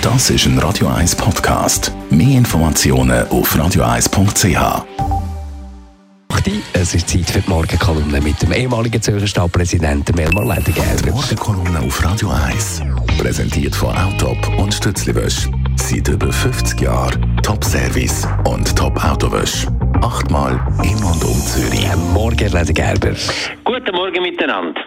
Das ist ein Radio 1 Podcast. Mehr Informationen auf radio1.ch. Es ist Zeit für die Morgenkolumne mit dem ehemaligen Zürcher Stadtpräsidenten Elmar Ledergerber. Die Morgenkolumne auf Radio 1. Präsentiert von Autop und Stützliwösch. Seit über 50 Jahren Top-Service und Top-Autowösch. 8-mal in und um Zürich. Morgen, Ledergerber. Guten Morgen miteinander.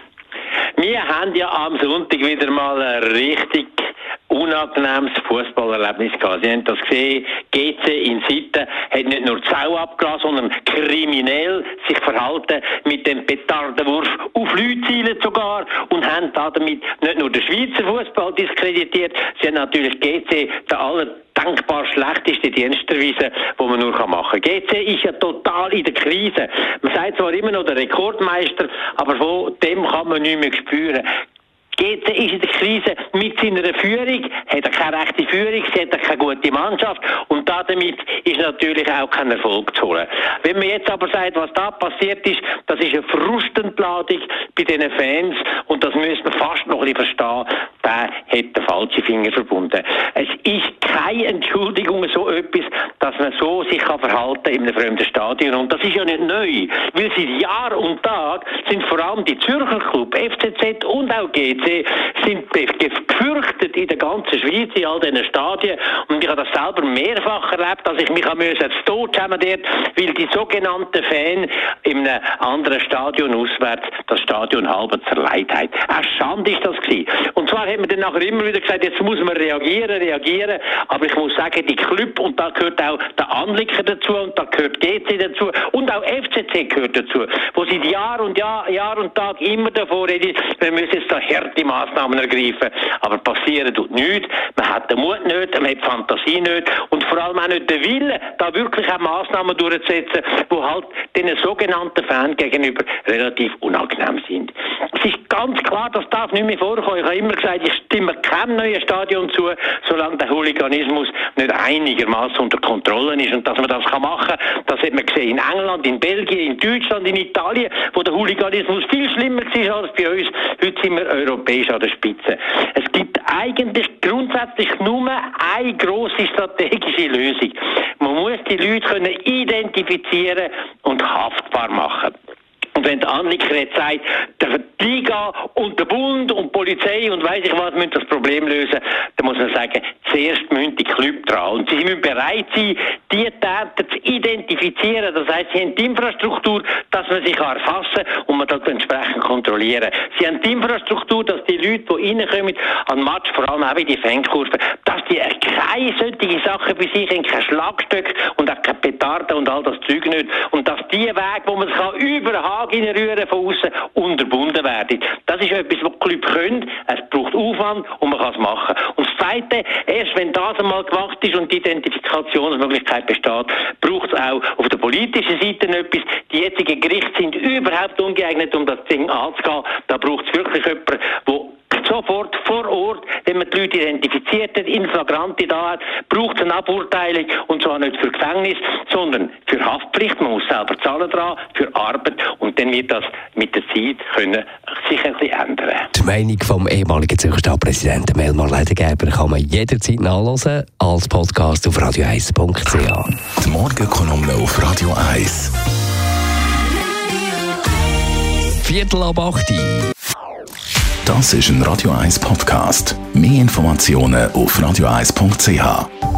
Wir haben ja am Sonntag wieder mal ein richtig unangenehmes Fußballerlebnis gehabt. Sie haben das gesehen, GC in Sitten hat nicht nur die Sau abgelassen, sondern kriminell sich verhalten mit dem Petardenwurf auf Leutziele sogar und haben damit nicht nur den Schweizer Fußball diskreditiert, sie haben natürlich GC den denkbar schlechteste Dienst erweisen, den man nur machen kann. GC ist ja total in der Krise. Man sagt zwar immer noch der Rekordmeister, aber von dem kann man nicht mehr spüren. GC ist in der Krise mit seiner Führung, hat er keine rechte Führung, sie hat keine gute Mannschaft und damit ist natürlich auch kein Erfolg zu holen. Wenn man jetzt aber sagt, was da passiert ist, das ist eine Frustentladung bei diesen Fans und das müssen wir fast noch ein bisschen verstehen, der hat den falschen Finger verbunden. Es ist keine Entschuldigung so etwas, dass man so sich verhalten kann in einem fremden Stadion und das ist ja nicht neu, weil seit Jahr und Tag sind vor allem die Zürcher Club, FCZ und auch GC sind gefürchtet in der ganzen Schweiz, in all diesen Stadien. Und ich habe das selber mehrfach erlebt, dass ich mich zu Tod schämen dort, weil die sogenannten Fans in einem anderen Stadion auswärts das Stadion halb zerlegt haben. Eine Schande ist das gewesen. Und zwar hat man dann nachher immer wieder gesagt, jetzt muss man reagieren. Aber ich muss sagen, die Club, und da gehört auch der Anlicker dazu, und da gehört GC dazu, und auch FCC gehört dazu, wo seit Jahr und Tag immer davor reden, wir müssen jetzt da harte Massnahmen ergreifen. Aber passieren tut nichts. Man hat den Mut nicht, man hat die Fantasie nicht und vor allem auch nicht den Willen, da wirklich auch Massnahmen durchzusetzen, die halt den sogenannten Fans gegenüber relativ unangenehm sind. Es ist ganz klar, das darf nicht mehr vorkommen. Ich habe immer gesagt, ich stimme keinem neuen Stadion zu, solange der Hooliganismus nicht einigermaßen unter Kontrolle ist. Und dass man das machen kann, das hat man gesehen in England, in Belgien, in Deutschland, in Italien, wo der Hooliganismus viel schlimmer war als bei uns. Heute sind wir europäisch an der Spitze. Es gibt eigentlich grundsätzlich nur eine grosse strategische Lösung. Man muss die Leute können identifizieren und haftbar machen. Und wenn der Anlicker jetzt sagt, die Liga und der Bund und die Polizei und weiss ich was müssen das Problem lösen, dann muss man sagen, zuerst müssen die Clubs dran. Und sie müssen bereit sein, die Täter zu identifizieren. Das heisst, sie haben die Infrastruktur, dass man sich erfassen kann und man das entsprechend kontrollieren. Sie haben die Infrastruktur, dass die Leute, die reinkommen an den Match, vor allem auch in die Fankurve, dass die keine solche Sachen bei sich haben, kein Schlagstück und auch keine Petarden und all das Zeug nicht. Und dass die Wege, wo man es kann, überall reinrühren von außen, unterbunden werden. Das ist etwas, was die Clubs können. Es braucht Aufwand und man kann es machen. Und das Zweite, erst wenn das einmal gemacht ist und die Identifikationsmöglichkeit besteht, braucht es auch auf der politischen Seite etwas. Die jetzigen Gerichte sind überhaupt ungeeignet, um das Ding anzugehen. Da braucht es wirklich jemanden, der sofort vor Ort, wenn man die Leute identifiziert hat, in Flagranti da hat, braucht es eine Aburteilung und zwar nicht für Gefängnis, sondern für Haftpflicht. Man muss selber zahlen dran, für Arbeit und dann wird das mit der Zeit können sich ein bisschen ändern. Die Meinung vom ehemaligen Zürcher Stadtpräsidenten Elmar Ledergerber kann man jederzeit nachhören als Podcast auf radio1.ch. Die Morgenkolumne auf Radio 1. 7:45. Das ist ein Radio 1 Podcast. Mehr Informationen auf radio1.ch.